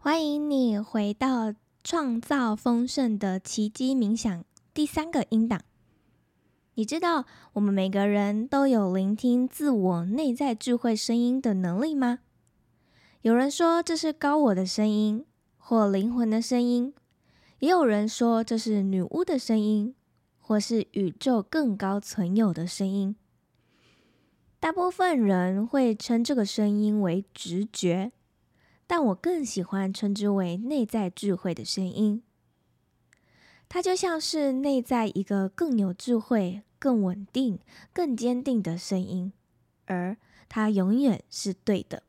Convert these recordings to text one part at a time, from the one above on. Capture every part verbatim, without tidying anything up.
欢迎你回到创造丰盛的奇迹冥想第三个音档。你知道我们每个人都有聆听自我内在智慧声音的能力吗？有人说这是高我的声音或灵魂的声音，也有人说这是女巫的声音或是宇宙更高存有的声音。大部分人会称这个声音为直觉，但我更喜欢称之为内在智慧的声音。它就像是内在一个更有智慧、更稳定、更坚定的声音，而它永远是对的。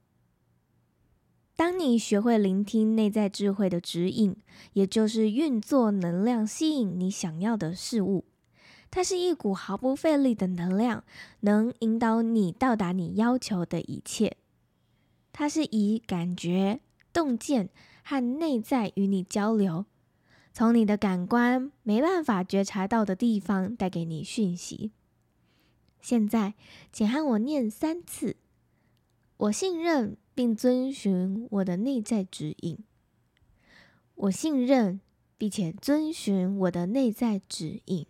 当你学会聆听内在智慧的指引，也就是运作能量吸引你想要的事物，它是一股毫不费力的能量，能引导你到达你要求的一切。它是以感觉、洞见和内在与你交流，从你的感官没办法觉察到的地方带给你讯息。现在，请和我念三次：我信任并遵循我的内在指引。我信任并且遵循我的内在指引。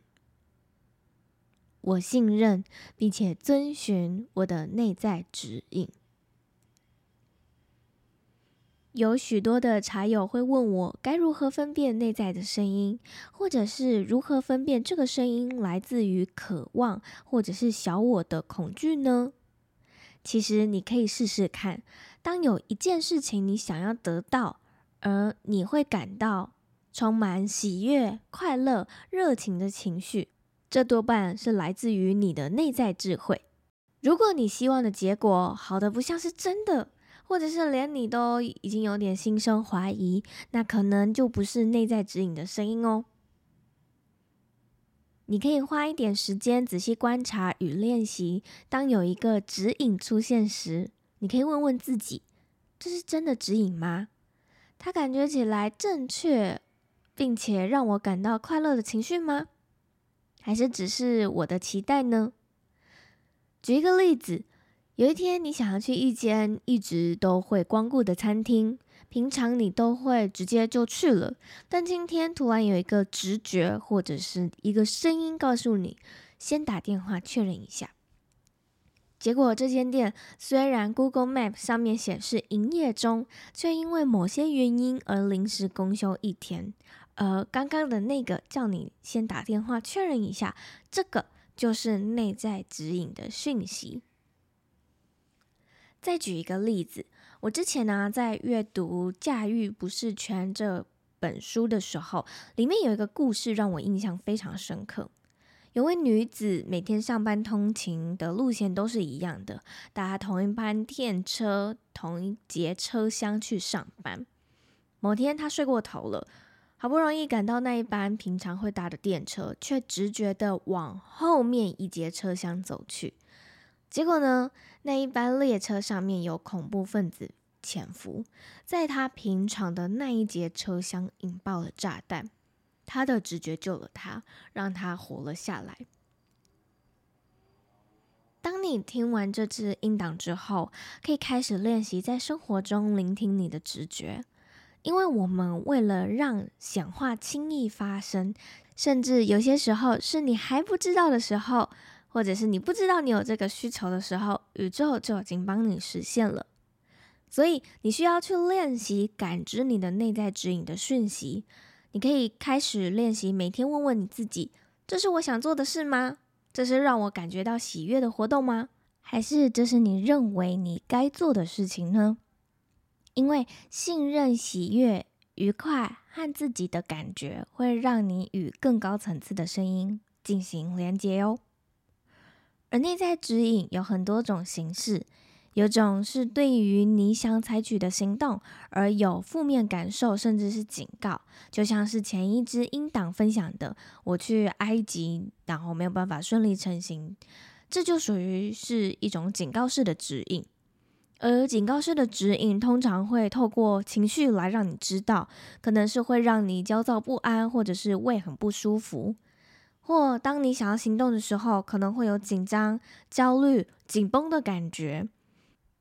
我信任并且遵循我的内在指引。有许多的茶友会问我该如何分辨内在的声音，或者是如何分辨这个声音来自于渴望或者是小我的恐惧呢？其实你可以试试看，当有一件事情你想要得到，而你会感到充满喜悦、快乐、热情的情绪，这多半是来自于你的内在智慧。如果你希望的结果好的不像是真的，或者是连你都已经有点心生怀疑，那可能就不是内在指引的声音哦。你可以花一点时间仔细观察与练习，当有一个指引出现时，你可以问问自己，这是真的指引吗？它感觉起来正确，并且让我感到快乐的情绪吗？还是只是我的期待呢？举一个例子，有一天你想要去一间一直都会光顾的餐厅，平常你都会直接就去了，但今天突然有一个直觉或者是一个声音告诉你，先打电话确认一下。结果这间店虽然 Google Map 上面显示营业中，却因为某些原因而临时公休一天。而刚刚的那个叫你先打电话确认一下，这个就是内在指引的讯息。再举一个例子，我之前呢、啊、在阅读《驾驭不是权》这本书的时候，里面有一个故事让我印象非常深刻。有位女子每天上班通勤的路线都是一样的，搭同一班电车，同一节车厢去上班。某天她睡过头了，好不容易赶到那一班平常会搭的电车，却直觉的往后面一节车厢走去。结果呢，那一班列车上面有恐怖分子潜伏，在他平常的那一节车厢引爆了炸弹。他的直觉救了他，让他活了下来。当你听完这支音档之后，可以开始练习在生活中聆听你的直觉，因为我们为了让显化轻易发生，甚至有些时候是你还不知道的时候，或者是你不知道你有这个需求的时候，宇宙就已经帮你实现了。所以你需要去练习感知你的内在指引的讯息。你可以开始练习每天问问你自己，这是我想做的事吗？这是让我感觉到喜悦的活动吗？还是这是你认为你该做的事情呢？因为信任、喜悦、愉快和自己的感觉会让你与更高层次的声音进行连接哦。而内在指引有很多种形式，有种是对于你想采取的行动而有负面感受，甚至是警告，就像是前一支音档分享的，我去埃及，然后没有办法顺利成行，这就属于是一种警告式的指引。而警告式的指引通常会透过情绪来让你知道，可能是会让你焦躁不安，或者是胃很不舒服，或当你想要行动的时候，可能会有紧张、焦虑、紧绷的感觉。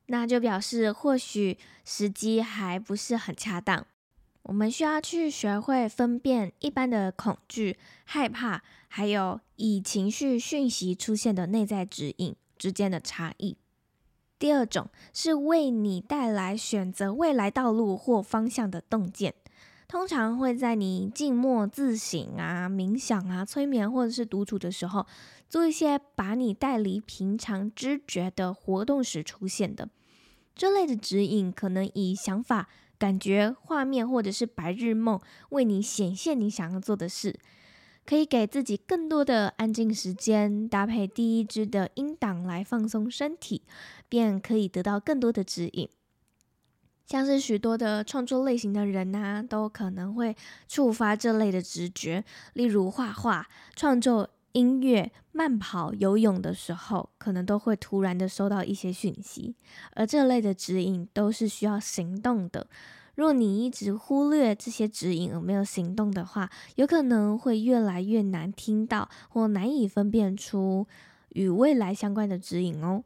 那就表示或许时机还不是很恰当。我们需要去学会分辨一般的恐惧、害怕，还有以情绪讯息出现的内在指引之间的差异。第二种是为你带来选择未来道路或方向的洞见，通常会在你静默自省啊、冥想啊、催眠或者是独处的时候，做一些把你带离平常知觉的活动时出现的。这类的指引可能以想法、感觉、画面或者是白日梦为你显现你想要做的事，可以给自己更多的安静时间，搭配第一支的音档来放松身体，便可以得到更多的指引。像是许多的创作类型的人啊，都可能会触发这类的直觉，例如画画、创作音乐、慢跑、游泳的时候，可能都会突然的收到一些讯息，而这类的指引都是需要行动的。若你一直忽略这些指引而没有行动的话，有可能会越来越难听到或难以分辨出与未来相关的指引哦。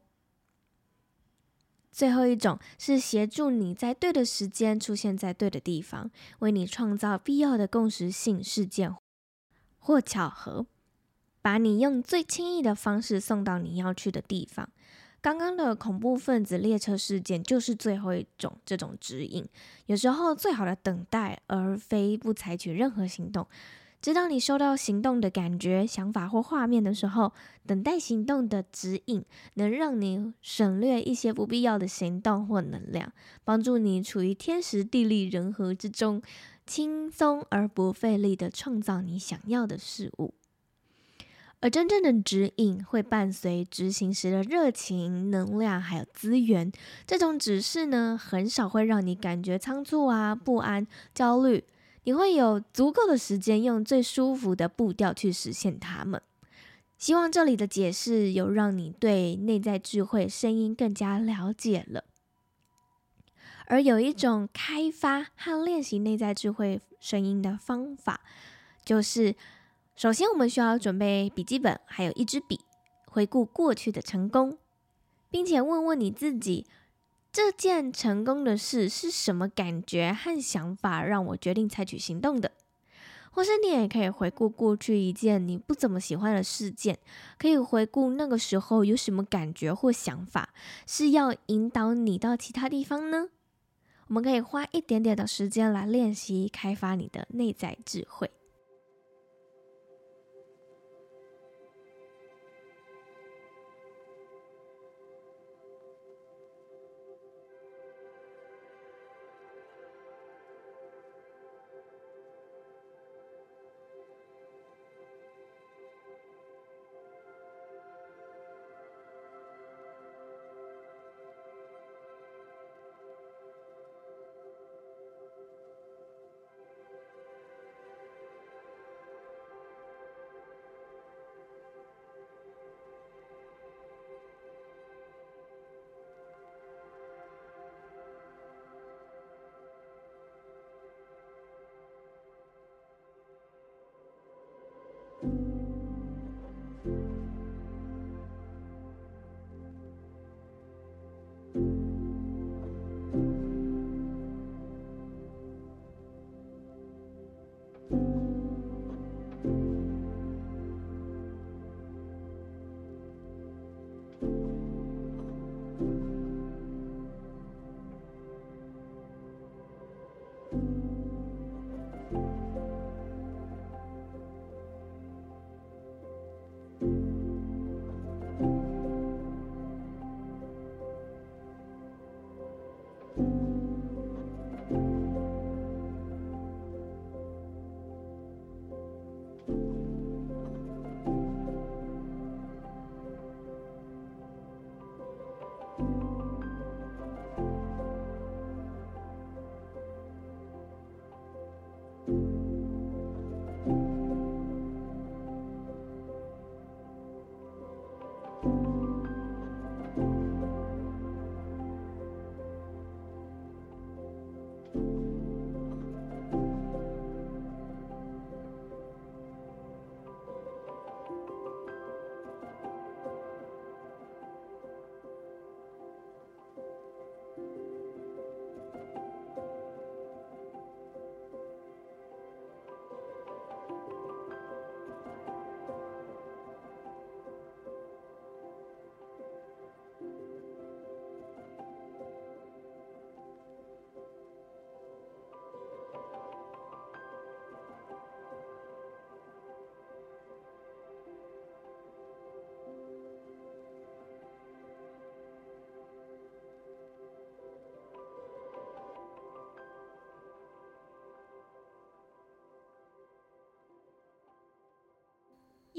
最后一种是协助你在对的时间出现在对的地方，为你创造必要的共识性事件或巧合，把你用最轻易的方式送到你要去的地方。刚刚的恐怖分子列车事件就是最后一种这种指引。有时候最好的等待，而非不采取任何行动。直到你收到行动的感觉、想法或画面的时候，等待行动的指引能让你省略一些不必要的行动或能量，帮助你处于天时地利人和之中，轻松而不费力地创造你想要的事物。而真正的指引会伴随执行时的热情、能量还有资源。这种指示呢，很少会让你感觉仓促啊、不安、焦虑。你会有足够的时间用最舒服的步调去实现它们。希望这里的解释有让你对内在智慧声音更加了解了。而有一种开发和练习内在智慧声音的方法，就是首先我们需要准备笔记本还有一支笔，回顾过去的成功，并且问问你自己，这件成功的事是什么感觉和想法让我决定采取行动的。或是你也可以回顾过去一件你不怎么喜欢的事件，可以回顾那个时候有什么感觉或想法，是要引导你到其他地方呢？我们可以花一点点的时间来练习开发你的内在智慧。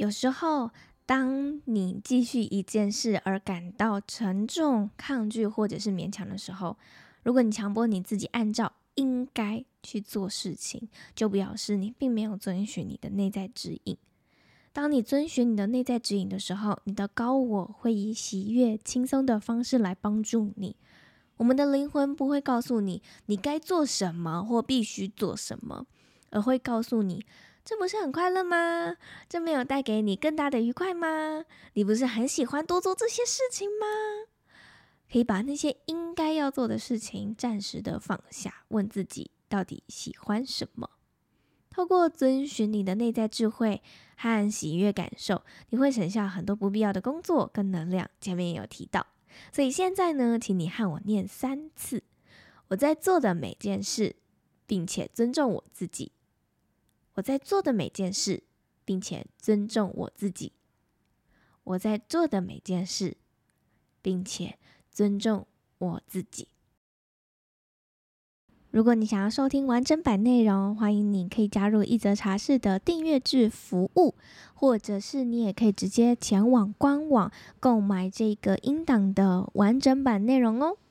有时候当你继续一件事而感到沉重、抗拒或者是勉强的时候，如果你强迫你自己按照应该去做事情，就表示你并没有遵循你的内在指引。当你遵循你的内在指引的时候，你的高我会以喜悦、轻松的方式来帮助你。我们的灵魂不会告诉你你该做什么或必须做什么，而会告诉你，这不是很快乐吗？这没有带给你更大的愉快吗？你不是很喜欢多做这些事情吗？可以把那些应该要做的事情暂时的放下，问自己到底喜欢什么。透过遵循你的内在智慧和喜悦感受，你会省下很多不必要的工作跟能量，前面也有提到。所以现在呢，请你和我念三次：我在做的每件事，并且尊重我自己。我在做的每件事，并且尊重我自己。我在做的每件事，并且尊重我自己。如果你想要收听完整版内容，欢迎你可以加入一则茶室的订阅制服务，或者是你也可以直接前往官网购买这个音档的完整版内容哦。